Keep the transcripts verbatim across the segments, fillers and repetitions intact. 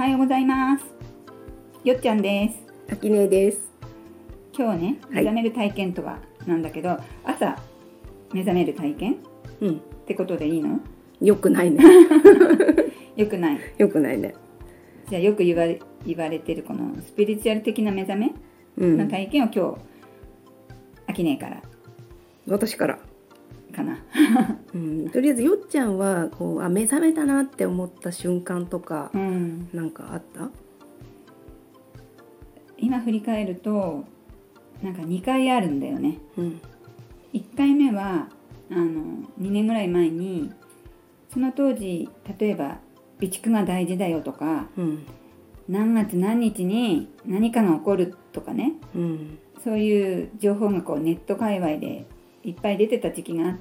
ようございます。よっちゃんです。 あきねです。 今日ね、目覚める体験とはなんだけど、はい、朝目覚める体験、うん、ってことでいいの？ よくないね。 よくない。 よくないね。 じゃあよく言われ、言われてるこのスピリチュアル的な目覚めの体験を今日、あきねから私からかな、 うん、とりあえずよっちゃんはこうあ目覚めたなって思った瞬間とか、うん、なんかあった？ 今振り返るとなんかにかいあるんだよね、うん、いっかいめはあのにねんぐらい前にその当時例えば備蓄が大事だよとか、うん、何月何日に何かが起こるとかね、うん、そういう情報がこうネット界隈でいっぱい出てた時期があって、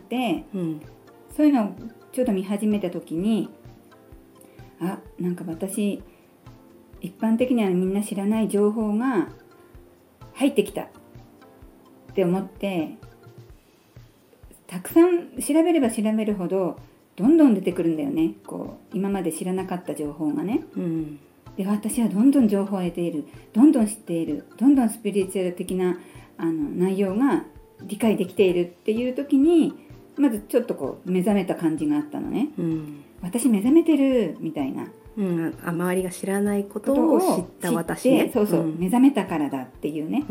うん、そういうのをちょっと見始めた時にあ、なんか私一般的にはみんな知らない情報が入ってきたって思ってたくさん調べれば調べるほどどんどん出てくるんだよね。こう今まで知らなかった情報がね、うん、で私はどんどん情報を得ている、どんどん知っている、どんどんスピリチュアル的なあの内容が理解できているっていう時にまずちょっとこう目覚めた感じがあったのね、うん、私目覚めてるみたいな、 うん、あ周りが知らないことを知った私ね、 そうそう、うん、目覚めたからだっていうね、うん、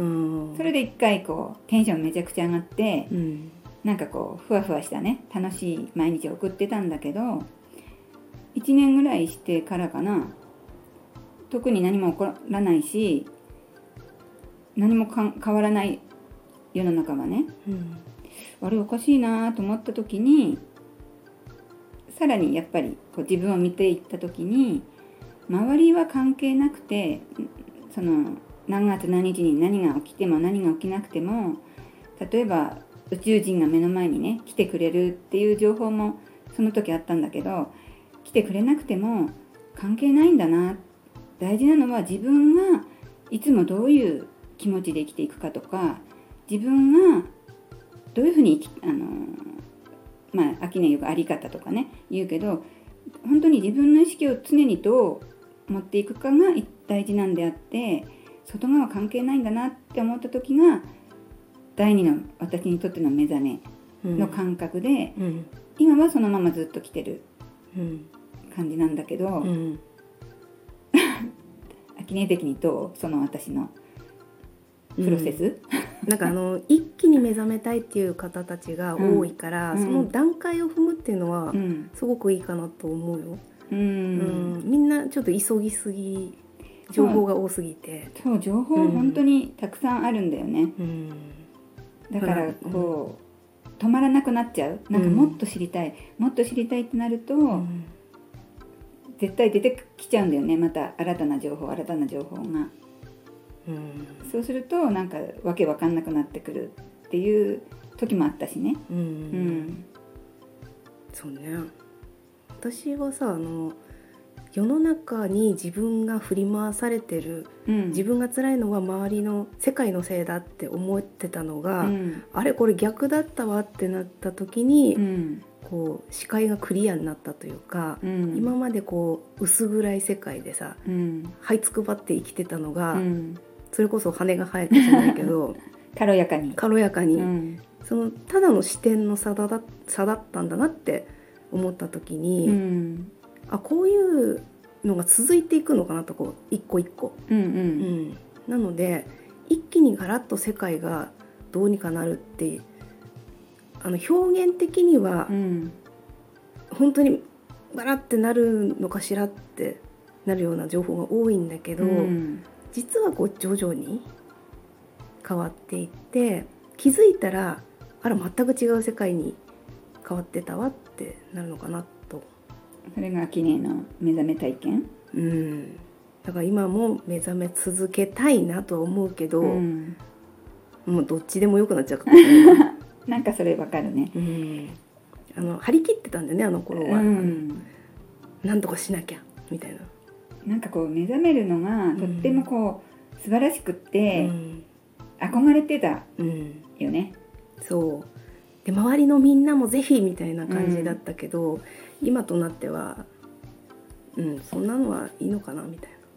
それで一回こうテンションめちゃくちゃ上がって、うん、なんかこうふわふわしたね楽しい毎日を送ってたんだけどいちねんぐらいしてからかな、特に何も起こらないし何もか変わらない世の中はね、うん、あれおかしいなと思った時にさらにやっぱりこう自分を見ていった時に周りは関係なくてその何月何日に何が起きても何が起きなくても例えば宇宙人が目の前にね来てくれるっていう情報もその時あったんだけど来てくれなくても関係ないんだな、大事なのは自分がいつもどういう気持ちで生きていくかとか自分がどういうふうに生きあのまあ秋音よくあり方とかね言うけど本当に自分の意識を常にどう持っていくかが大事なんであって外側は関係ないんだなって思った時が第二の私にとっての目覚めの感覚で、うんうん、今はそのままずっと来てる感じなんだけど、うん、秋音的にどうその私のプロセス、 うん、なんかあの一気に目覚めたいっていう方たちが多いから、うん、その段階を踏むっていうのはすごくいいかなと思うよ、うんうん、みんなちょっと急ぎすぎ情報が多すぎてそう、そう情報本当にたくさんあるんだよね、うん、だからこう、うん、止まらなくなっちゃうなんかもっと知りたい、うん、もっと知りたいってなると、うん、絶対出てきちゃうんだよねまた新たな情報新たな情報がうん、そうするとなんかわけわかんなくなってくるっていう時もあったしね、うんうん、 そうね。私はさあの世の中に自分が振り回されてる、うん、自分が辛いのは周りの世界のせいだって思ってたのが、うん、あれこれ逆だったわってなった時に、うん、こう視界がクリアになったというか、うん、今までこう薄暗い世界でさ、うん、這いつくばって生きてたのが、うんそれこそ羽が生えたじゃないけど軽やかに軽やかに、うん、そのただの視点の差だだ差だったんだなって思った時に、うん、あこういうのが続いていくのかなとこう一個一個、うんうんうん、なので一気にガラッと世界がどうにかなるってあの表現的には、うん、本当にバラってなるのかしらってなるような情報が多いんだけど、うん実はこう徐々に変わっていって気づいたらあら全く違う世界に変わってたわってなるのかなと。 それが秋音の目覚め体験、 うん、だから今も目覚め続けたいなとは思うけど、うん、もうどっちでもよくなっちゃうかもしれないなんかそれわかるね、うん、 あの張り切ってたんだよねあの頃は、うん、なんとかしなきゃみたいななんかこう目覚めるのがとってもこう、うん、素晴らしくって、うん、憧れてたよね、 うん、そうで周りのみんなもぜひみたいな感じだったけど、うん、今となっては、うん、そんなのはいいのかなみたい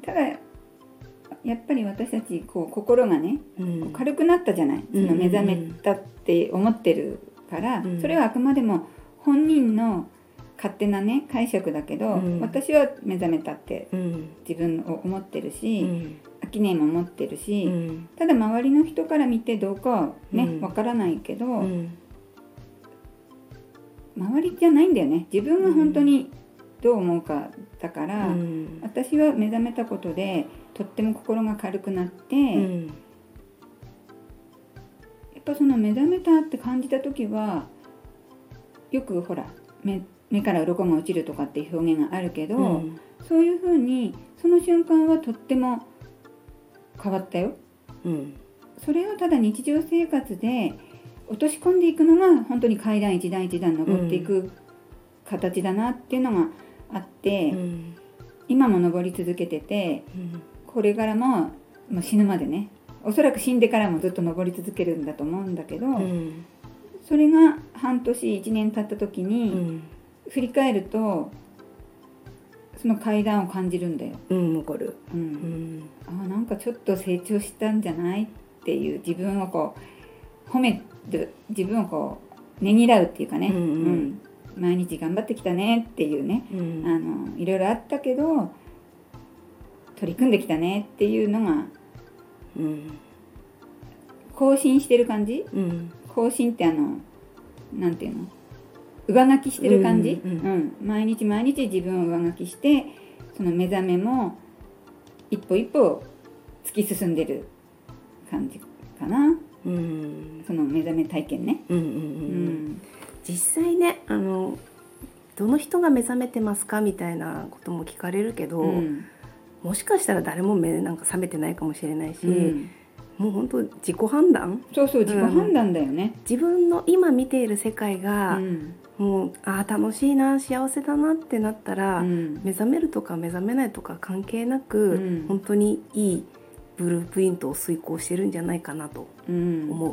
ただやっぱり私たちこう心がね、うん、軽くなったじゃない、その目覚めたって思ってるから、うん、それはあくまでも本人の勝手なね解釈だけど、うん、私は目覚めたって自分を思ってるし、うん、アキネも思ってるし、うん、ただ周りの人から見てどうかはねわ、うん、からないけど、うん、周りじゃないんだよね、自分が本当にどう思うかだから、うん、私は目覚めたことでとっても心が軽くなって、うん、やっぱその目覚めたって感じた時はよくほら 目, 目から鱗が落ちるとかっていう表現があるけど、うん、そういう風にその瞬間はとっても変わったよ、うん、それをただ日常生活で落とし込んでいくのが本当に階段一段一段登っていく形だなっていうのがあって、うん、今も登り続けてて、うん、これからも、もう死ぬまでね、おそらく死んでからもずっと登り続けるんだと思うんだけど、うん、それが半年いちねん経った時に、うん、振り返るとその階段を感じるんだよ。 うん、わかる。 うんうん、あ、なんかちょっと成長したんじゃないっていう、自分をこう褒める、自分をこうねぎらうっていうかね、うんうんうん、毎日頑張ってきたねっていうね、うん、あのいろいろあったけど取り組んできたねっていうのが、うん、更新してる感じ、うん、更新ってあのなんていうの、上書きしてる感じ、うんうんうん、毎日毎日自分を上書きして、その目覚めも一歩一歩突き進んでる感じかな、うん、その目覚め体験ね、うんうんうんうん、 実際ね、あのどの人が目覚めてますかみたいなことも聞かれるけど、うん、もしかしたら誰も目なんか覚めてないかもしれないし、うん、もう本当自己判断、 そうそう、自己判断だよね、 うん、自分の今見ている世界が、うん、もうあ楽しいな、幸せだなってなったら、うん、目覚めるとか目覚めないとか関係なく、うん、本当にいいブループリントを遂行してるんじゃないかなと思う、うん、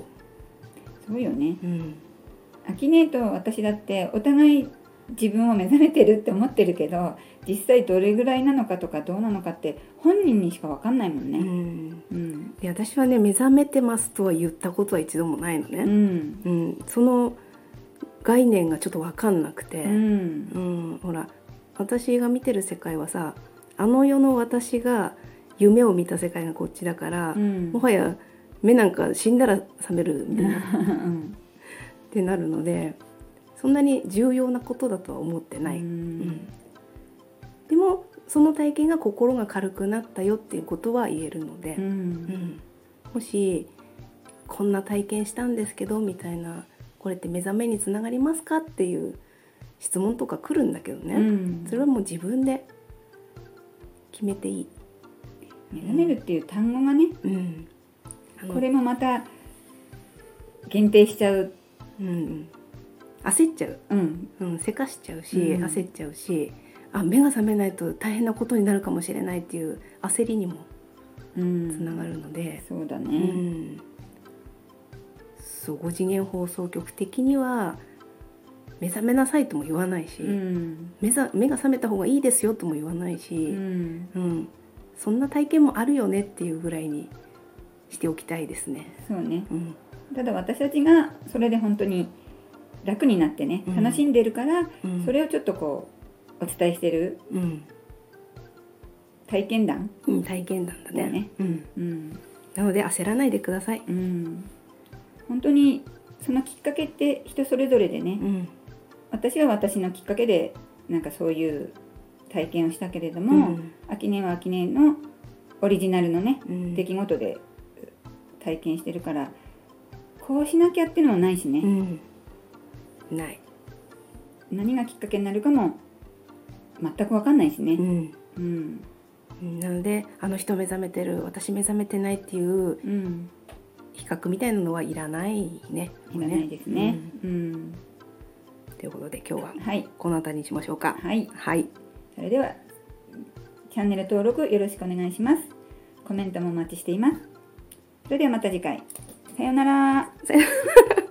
そうよね、うん、アキネと私だってお互い自分を目覚めてるって思ってるけど、実際どれぐらいなのかとかどうなのかって本人にしか分かんないもんね、うんうん、で私はね目覚めてますとは言ったことは一度もないのね、うんうん、その概念がちょっと分かんなくて、うんうん、ほら私が見てる世界はさ、あの世の私が夢を見た世界がこっちだから、うん、もはや目なんか死んだら覚めるみたいな、うん、ってなるのでそんなに重要なことだとは思ってない、うんうん、でもその体験が心が軽くなったよっていうことは言えるので、うんうん、もしこんな体験したんですけどみたいな、これって目覚めにつながりますかっていう質問とか来るんだけどね、うん、それはもう自分で決めていい。 目覚めるっていう単語がね、うん、これもまた限定しちゃう、うん、 焦っちゃう、うんうん、せかしちゃうし、うん、焦っちゃうし、あ目が覚めないと大変なことになるかもしれないっていう焦りにもつながるので、 うん、そうだね、うん、 そうご次元放送局的には目覚めなさいとも言わないし、うん、目, ざ目が覚めた方がいいですよとも言わないし、うんうん、そんな体験もあるよねっていうぐらいにしておきたいですね。 そうね、うん、ただ私たちがそれで本当に楽になってね、楽しんでるから、うん、それをちょっとこうお伝えしてる、うん、体験談、 うん、体験談だね、だね、うんうん、なので焦らないでください、うん、 本当にそのきっかけって人それぞれでね、うん、私は私のきっかけでなんかそういう体験をしたけれども、うん、アキネはアキネのオリジナルのね、うん、出来事で体験してるから、こうしなきゃっていうのもないしね、うんない、 何がきっかけになるかも全く分かんないしね、うんうん、なのであの人目覚めてる私目覚めてないっていう比較みたいなのはいらないね、 いらないですね、うんうん、 ということで今日はこの辺りにしましょうか。 はい、 はい、 それではチャンネル登録よろしくお願いします。コメントもお待ちしています。それではまた次回、さようなら。